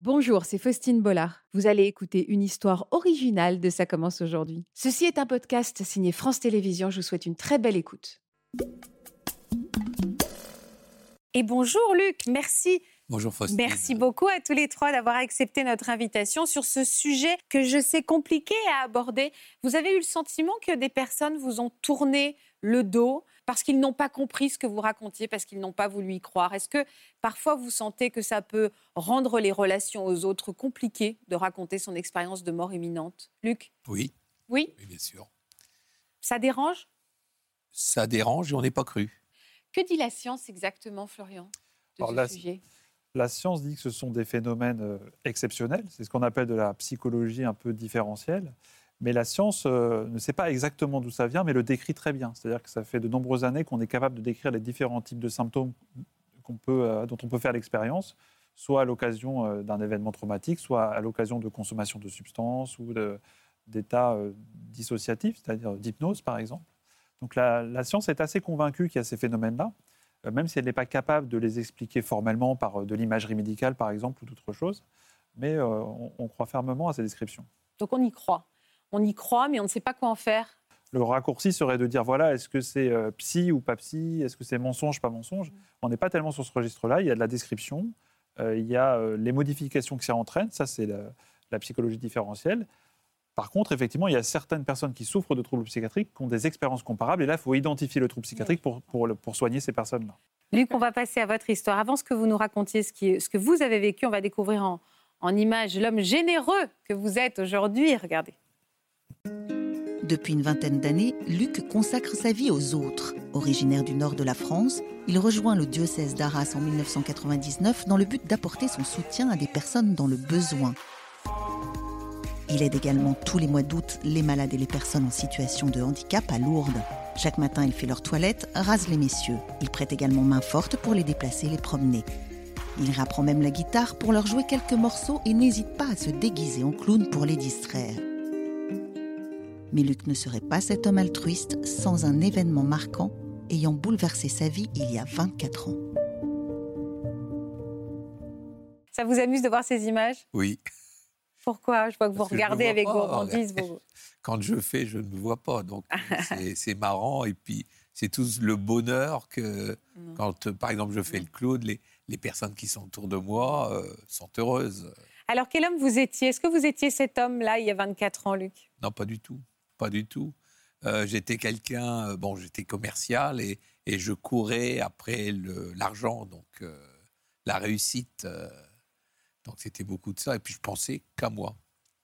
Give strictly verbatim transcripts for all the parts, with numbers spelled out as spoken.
Bonjour, c'est Faustine Bollard. Vous allez écouter une histoire originale de Ça commence aujourd'hui. Ceci est un podcast signé France Télévisions. Je vous souhaite une très belle écoute. Et bonjour Luc, merci. Bonjour Faustine. Merci beaucoup à tous les trois d'avoir accepté notre invitation sur ce sujet que je sais compliqué à aborder. Vous avez eu le sentiment que des personnes vous ont tourné le dos parce qu'ils n'ont pas compris ce que vous racontiez, parce qu'ils n'ont pas voulu y croire. Est-ce que parfois vous sentez que ça peut rendre les relations aux autres compliquées de raconter son expérience de mort imminente? Luc? Oui. Oui? Oui, bien sûr. Ça dérange? Ça dérange et on n'est pas cru. Que dit la science exactement, Florian, de Alors, ce la, sujet? La science dit que ce sont des phénomènes euh, exceptionnels. C'est ce qu'on appelle de la psychologie un peu différentielle. Mais la science euh, ne sait pas exactement d'où ça vient, mais le décrit très bien. C'est-à-dire que ça fait de nombreuses années qu'on est capable de décrire les différents types de symptômes qu'on peut, euh, dont on peut faire l'expérience, soit à l'occasion euh, d'un événement traumatique, soit à l'occasion de consommation de substances ou de, d'états euh, dissociatifs, c'est-à-dire d'hypnose par exemple. Donc la, la science est assez convaincue qu'il y a ces phénomènes-là, euh, même si elle n'est pas capable de les expliquer formellement par euh, de l'imagerie médicale par exemple ou d'autres choses, mais euh, on, on croit fermement à ces descriptions. Donc on y croit. On y croit, mais on ne sait pas quoi en faire. Le raccourci serait de dire, voilà, est-ce que c'est euh, psy ou pas psy? Est-ce que c'est mensonge, pas mensonge? On n'est pas tellement sur ce registre-là. Il y a de la description, euh, il y a euh, les modifications que ça entraîne. Ça, c'est la, la psychologie différentielle. Par contre, effectivement, il y a certaines personnes qui souffrent de troubles psychiatriques, qui ont des expériences comparables. Et là, il faut identifier le trouble psychiatrique pour, pour, pour soigner ces personnes-là. Luc, on va passer à votre histoire. Avant ce que vous nous racontiez, ce, qui, ce que vous avez vécu, on va découvrir en, en images l'homme généreux que vous êtes aujourd'hui. Regardez. Depuis une vingtaine d'années, Luc consacre sa vie aux autres. Originaire du nord de la France, il rejoint le diocèse d'Arras en dix-neuf cent quatre-vingt-dix-neuf dans le but d'apporter son soutien à des personnes dans le besoin. Il aide également tous les mois d'août les malades et les personnes en situation de handicap à Lourdes. Chaque matin, il fait leur toilette, rase les messieurs. Il prête également main forte pour les déplacer et les promener. Il réapprend même la guitare pour leur jouer quelques morceaux et n'hésite pas à se déguiser en clown pour les distraire. Mais Luc ne serait pas cet homme altruiste sans un événement marquant ayant bouleversé sa vie il y a vingt-quatre ans. Ça vous amuse de voir ces images? Oui. Pourquoi? Je vois que vous Parce que regardez avec pas. gourmandise. Vos... Quand je fais, je ne me vois pas. Donc, c'est, c'est marrant. Et puis, c'est tout le bonheur que, mmh. quand, par exemple, je fais mmh. le clown, les, les personnes qui sont autour de moi euh, sont heureuses. Alors, quel homme vous étiez? Est-ce que vous étiez cet homme-là il y a vingt-quatre ans, Luc? Non, pas du tout. Pas du tout. Euh, j'étais quelqu'un, euh, bon, j'étais commercial et, et je courais après le, l'argent, donc euh, la réussite. Euh, donc c'était beaucoup de ça. Et puis je pensais qu'à moi.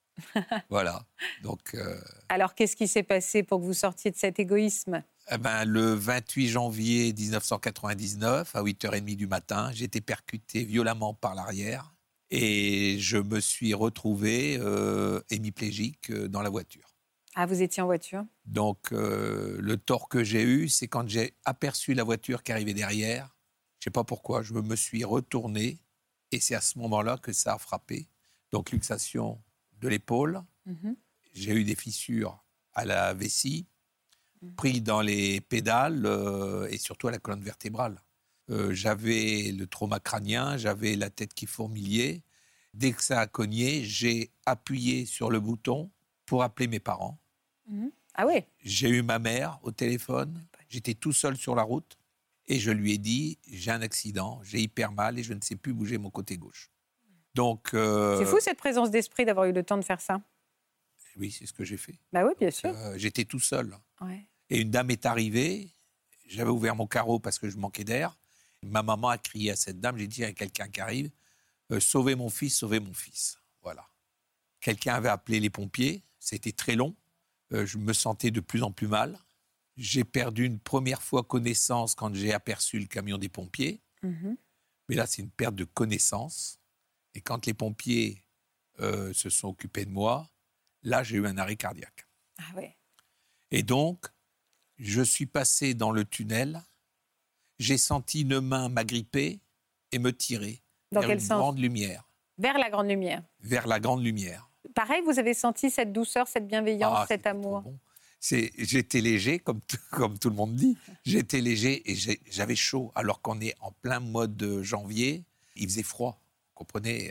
Voilà. Donc. Euh, Alors qu'est-ce qui s'est passé pour que vous sortiez de cet égoïsme? Eh ben, le vingt-huit janvier dix-neuf cent quatre-vingt-dix-neuf, à huit heures trente du matin, j'ai été percuté violemment par l'arrière et je me suis retrouvé euh, hémiplégique dans la voiture. Ah, vous étiez en voiture? Donc, euh, le tort que j'ai eu, c'est quand j'ai aperçu la voiture qui arrivait derrière. Je ne sais pas pourquoi, je me suis retourné et c'est à ce moment-là que ça a frappé. Donc, luxation de l'épaule. Mm-hmm. J'ai eu des fissures à la vessie, mm-hmm. pris dans les pédales euh, et surtout à la colonne vertébrale. Euh, j'avais le trauma crânien, j'avais la tête qui fourmillait. Dès que ça a cogné, j'ai appuyé sur le bouton pour appeler mes parents. Mmh. Ah oui. J'ai eu ma mère au téléphone, j'étais tout seul sur la route et je lui ai dit « j'ai un accident, j'ai hyper mal et je ne sais plus bouger mon côté gauche ». Donc, euh... C'est fou cette présence d'esprit d'avoir eu le temps de faire ça. Oui, c'est ce que j'ai fait. Bah oui, bien Donc, sûr. Euh, j'étais tout seul. Ouais. Et une dame est arrivée, j'avais ouvert mon carreau parce que je manquais d'air. Ma maman a crié à cette dame, j'ai dit « il y a quelqu'un qui arrive, euh, sauvez mon fils, sauvez mon fils ». Voilà. Quelqu'un avait appelé les pompiers, c'était très long. Euh, je me sentais de plus en plus mal. J'ai perdu une première fois connaissance quand j'ai aperçu le camion des pompiers. Mmh. Mais là, c'est une perte de connaissance. Et quand les pompiers euh, se sont occupés de moi, là, j'ai eu un arrêt cardiaque. Ah ouais. Et donc, je suis passé dans le tunnel. J'ai senti une main m'agripper et me tirer dans vers quel une sens? grande lumière. Vers la grande lumière. Vers la grande lumière. Pareil, vous avez senti cette douceur, cette bienveillance, ah, cet amour. Bon. C'est, j'étais léger, comme, t- comme tout le monde dit. J'étais léger et j'ai, j'avais chaud, alors qu'on est en plein mois de janvier. Il faisait froid, vous comprenez.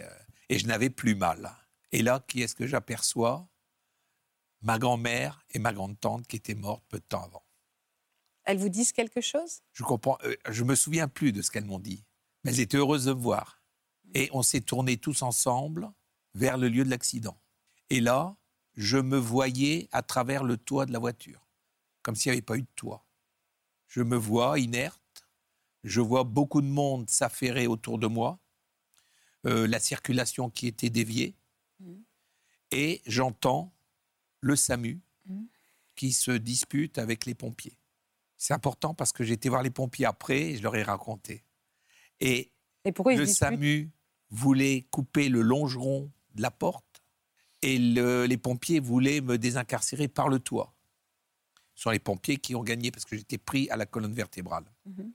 Et je n'avais plus mal. Et là, qui est-ce que j'aperçois ? Ma grand-mère et ma grande-tante qui étaient mortes peu de temps avant. Elles vous disent quelque chose ? Je comprends, euh, je me souviens plus de ce qu'elles m'ont dit, mais elles étaient heureuses de me voir. Et on s'est tournés tous ensemble vers le lieu de l'accident. Et là, je me voyais à travers le toit de la voiture, comme s'il n'y avait pas eu de toit. Je me vois inerte, je vois beaucoup de monde s'affairer autour de moi, euh, la circulation qui était déviée, mmh. et j'entends le SAMU mmh. qui se dispute avec les pompiers. C'est important parce que j'ai été voir les pompiers après et je leur ai raconté. Et, et pourquoi le ils SAMU voulait couper le longeron de la porte et le, les pompiers voulaient me désincarcérer par le toit. Ce sont les pompiers qui ont gagné parce que j'étais pris à la colonne vertébrale. Mmh.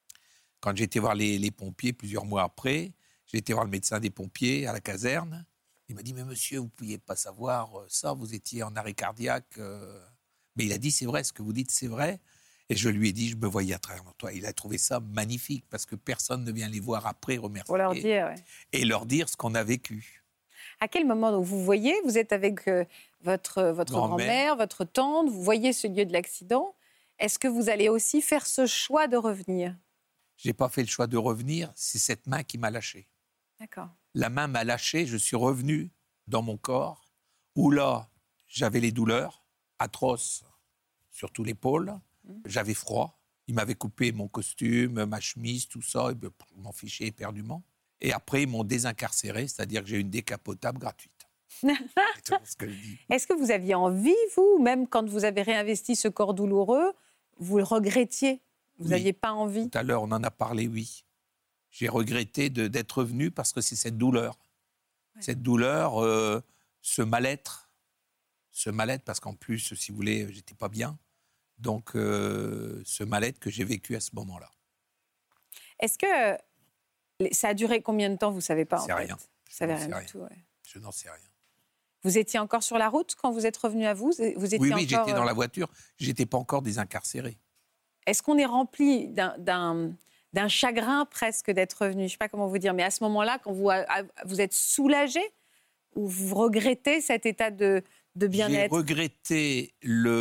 Quand j'ai été voir les, les pompiers plusieurs mois après, j'ai été voir le médecin des pompiers à la caserne. Il m'a dit « Mais monsieur, vous ne pouviez pas savoir ça, vous étiez en arrêt cardiaque. » Mais il a dit « C'est vrai, ce que vous dites, c'est vrai. » Et je lui ai dit « Je me voyais à travers toi. » Il a trouvé ça magnifique parce que personne ne vient les voir après remercier. Pour leur dire, ouais. Et leur dire ce qu'on a vécu. À quel moment donc, vous voyez, vous êtes avec euh, votre, votre grand-mère. grand-mère, votre tante, vous voyez ce lieu de l'accident. Est-ce que vous allez aussi faire ce choix de revenir ? Je n'ai pas fait le choix de revenir, c'est cette main qui m'a lâché. D'accord. La main m'a lâché, je suis revenu dans mon corps, où là, j'avais les douleurs atroces, surtout l'épaule. Mmh. J'avais froid. Il m'avait coupé mon costume, ma chemise, tout ça. Et ben, je m'en fichais éperdument. Et après, ils m'ont désincarcéré, c'est-à-dire que j'ai eu une décapotable gratuite. C'est tout ce que je dis. Est-ce que vous aviez envie, vous, même quand vous avez réinvesti ce corps douloureux, vous le regrettiez ? Vous n'aviez oui. pas envie ? Tout à l'heure, on en a parlé, oui. J'ai regretté de, d'être revenu parce que c'est cette douleur. Ouais. Cette douleur, euh, ce mal-être. Ce mal-être, parce qu'en plus, si vous voulez, j'étais pas bien. Donc, euh, ce mal-être que j'ai vécu à ce moment-là. Est-ce que ça a duré combien de temps, vous ne savez pas, je en sais fait ? rien. Vous savez rien, rien du tout, ouais. Je n'en sais rien. Vous étiez encore sur la route quand vous êtes revenu à vous ? Vous étiez Oui, oui, encore, j'étais dans la voiture. Je n'étais pas encore désincarcéré. Est-ce qu'on est rempli d'un, d'un, d'un chagrin presque d'être revenu ? Je ne sais pas comment vous dire, mais à ce moment-là, quand vous, vous êtes soulagé ou vous regrettez cet état de, de bien-être ? J'ai regretté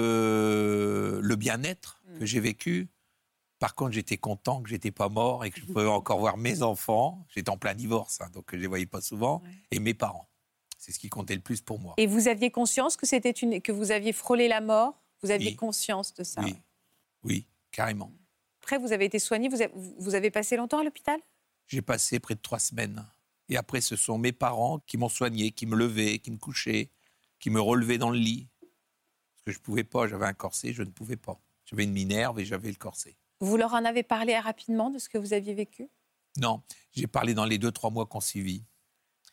le, le bien-être mmh. que j'ai vécu. Par contre, j'étais content que je n'étais pas mort et que je pouvais encore voir mes enfants. J'étais en plein divorce, hein, donc je ne les voyais pas souvent. Ouais. Et mes parents. C'est ce qui comptait le plus pour moi. Et vous aviez conscience que, c'était une, que vous aviez frôlé la mort ? Vous aviez oui. conscience de ça ? Oui, oui, carrément. Après, vous avez été soigné. Vous avez, vous avez passé longtemps à l'hôpital ? J'ai passé près de trois semaines. Et après, ce sont mes parents qui m'ont soigné, qui me levaient, qui me couchaient, qui me relevaient dans le lit. Parce que je ne pouvais pas, j'avais un corset, je ne pouvais pas. J'avais une minerve et j'avais le corset. Vous leur en avez parlé rapidement de ce que vous aviez vécu ? Non, j'ai parlé dans les deux, trois mois qu'on suivit. Pourquoi ?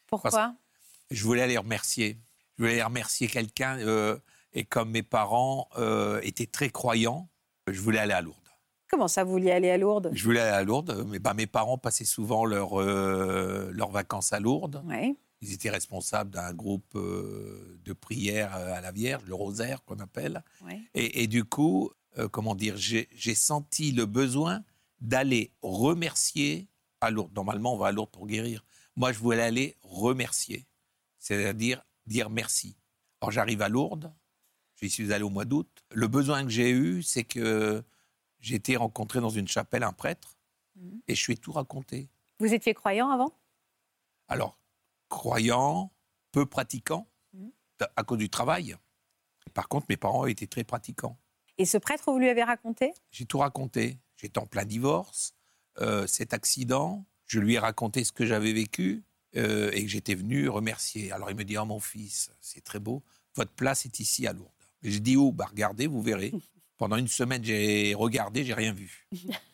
Je voulais les remercier. Je voulais remercier quelqu'un. Euh, et comme mes parents euh, étaient très croyants, je voulais aller à Lourdes. Comment ça, vous vouliez aller à Lourdes ? Je voulais aller à Lourdes. Mais bah, mes parents passaient souvent leurs euh, leurs vacances à Lourdes. Ouais. Ils étaient responsables d'un groupe euh, de prière à la Vierge, le rosaire qu'on appelle. Ouais. Et, et du coup, euh, comment dire, j'ai, j'ai senti le besoin d'aller remercier à Lourdes. Normalement, on va à Lourdes pour guérir. Moi, je voulais aller remercier, c'est-à-dire dire merci. Alors, j'arrive à Lourdes, j'y suis allé au mois d'août. Le besoin que j'ai eu, c'est que j'ai été rencontré dans une chapelle un prêtre mmh. et je lui ai tout raconté. Vous étiez croyant avant ? Alors, croyant, peu pratiquant, mmh. à cause du travail. Par contre, mes parents étaient très pratiquants. Et ce prêtre, vous lui avez raconté ? J'ai tout raconté. J'étais en plein divorce, euh, cet accident. Je lui ai raconté ce que j'avais vécu euh, et que j'étais venu remercier. Alors il me dit « Oh mon fils, c'est très beau, votre place est ici à Lourdes. » Et je dis « Oh, bah regardez, vous verrez. » Pendant une semaine, j'ai regardé, j'ai rien vu.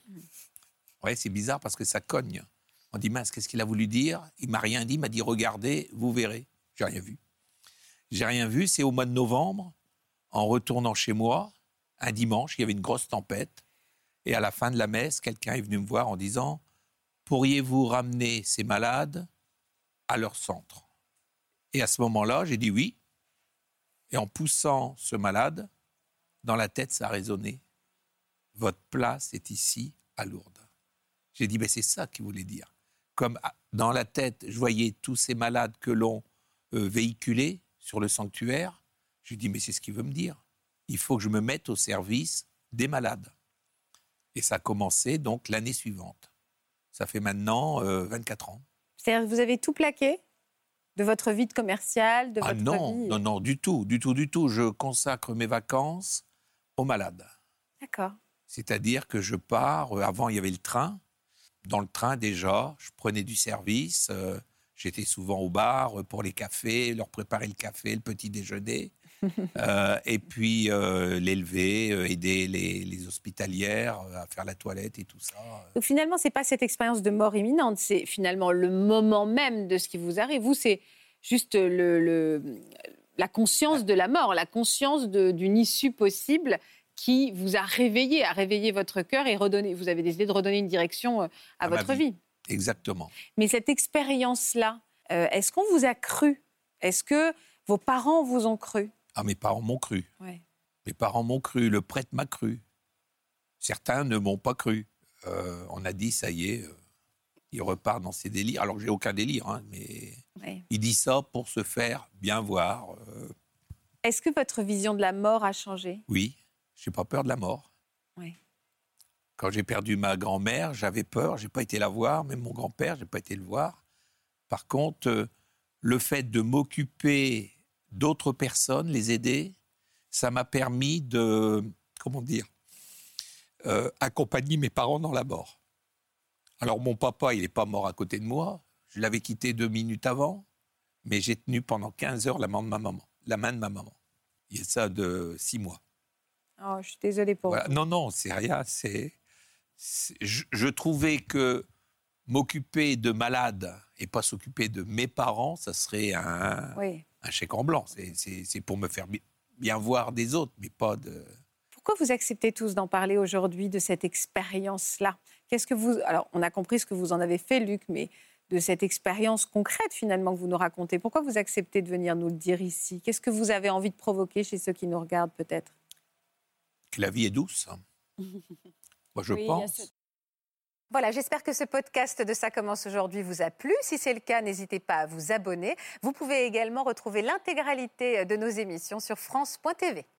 Ouais, c'est bizarre parce que ça cogne. On dit « Mince, qu'est-ce qu'il a voulu dire ?» Il m'a rien dit, il m'a dit « Regardez, vous verrez. » J'ai rien vu. J'ai rien vu, c'est au mois de novembre, en retournant chez moi, un dimanche, il y avait une grosse tempête. Et à la fin de la messe, quelqu'un est venu me voir en disant « Pourriez-vous ramener ces malades à leur centre ?» Et à ce moment-là, j'ai dit oui. Et en poussant ce malade, dans la tête, ça a résonné. « Votre place est ici, à Lourdes. » J'ai dit « Mais c'est ça qu'il voulait dire. » Comme dans la tête, je voyais tous ces malades que l'on euh, véhiculait sur le sanctuaire. Je dis, mais c'est ce qu'il veut me dire. Il faut que je me mette au service des malades. Et ça a commencé donc l'année suivante. Ça fait maintenant euh, vingt-quatre ans. C'est-à-dire que vous avez tout plaqué de votre vie de commercial, de Ah votre non, vie non, non, du tout, du tout, du tout. Je consacre mes vacances aux malades. D'accord. C'est-à-dire que je pars, euh, avant il y avait le train. Dans le train déjà, je prenais du service. Euh, j'étais souvent au bar euh, pour les cafés, leur préparer le café, le petit déjeuner. euh, et puis euh, l'élever, euh, aider les, les hospitalières euh, à faire la toilette et tout ça. Donc finalement, ce n'est pas cette expérience de mort imminente, c'est finalement le moment même de ce qui vous arrive. Vous, c'est juste le, le, la conscience de la mort, la conscience de, d'une issue possible qui vous a réveillé, a réveillé votre cœur et redonné, vous avez décidé de redonner une direction à, à votre vie. vie. Exactement. Mais cette expérience-là, euh, est-ce qu'on vous a cru ? Est-ce que vos parents vous ont cru ? Ah, mes parents m'ont cru. Ouais. Mes parents m'ont cru, le prêtre m'a cru. Certains ne m'ont pas cru. Euh, on a dit, ça y est, euh, il repart dans ses délires. Alors, j'ai aucun délire, hein, mais Ouais. il dit ça pour se faire bien voir. Euh, Est-ce que votre vision de la mort a changé ? oui, j'ai pas peur de la mort. Ouais. Quand j'ai perdu ma grand-mère, j'avais peur, j'ai pas été la voir, même mon grand-père, j'ai pas été le voir. Par contre, euh, le fait de m'occuper d'autres personnes, les aider, ça m'a permis de, comment dire, euh, accompagner mes parents dans la mort. Alors mon papa, il n'est pas mort à côté de moi, je l'avais quitté deux minutes avant, mais j'ai tenu pendant quinze heures la main de ma maman, la main de ma maman. Il y a ça de six mois. Oh, je suis désolée pour Voilà. vous. Non, non, c'est rien, c'est... c'est je, je trouvais que m'occuper de malades et pas s'occuper de mes parents, ça serait un... Oui. un chèque en blanc. C'est, c'est, c'est pour me faire bi- bien voir des autres, mais pas de... Pourquoi vous acceptez tous d'en parler aujourd'hui, de cette expérience-là ? Qu'est-ce que vous... Alors, on a compris ce que vous en avez fait, Luc, mais de cette expérience concrète, finalement, que vous nous racontez. Pourquoi vous acceptez de venir nous le dire ici ? Qu'est-ce que vous avez envie de provoquer chez ceux qui nous regardent, peut-être ? Que la vie est douce. hein. Moi, je Oui, il y a pense. ce- Voilà, j'espère que ce podcast de Ça commence aujourd'hui vous a plu. Si c'est le cas, n'hésitez pas à vous abonner. Vous pouvez également retrouver l'intégralité de nos émissions sur France point T V.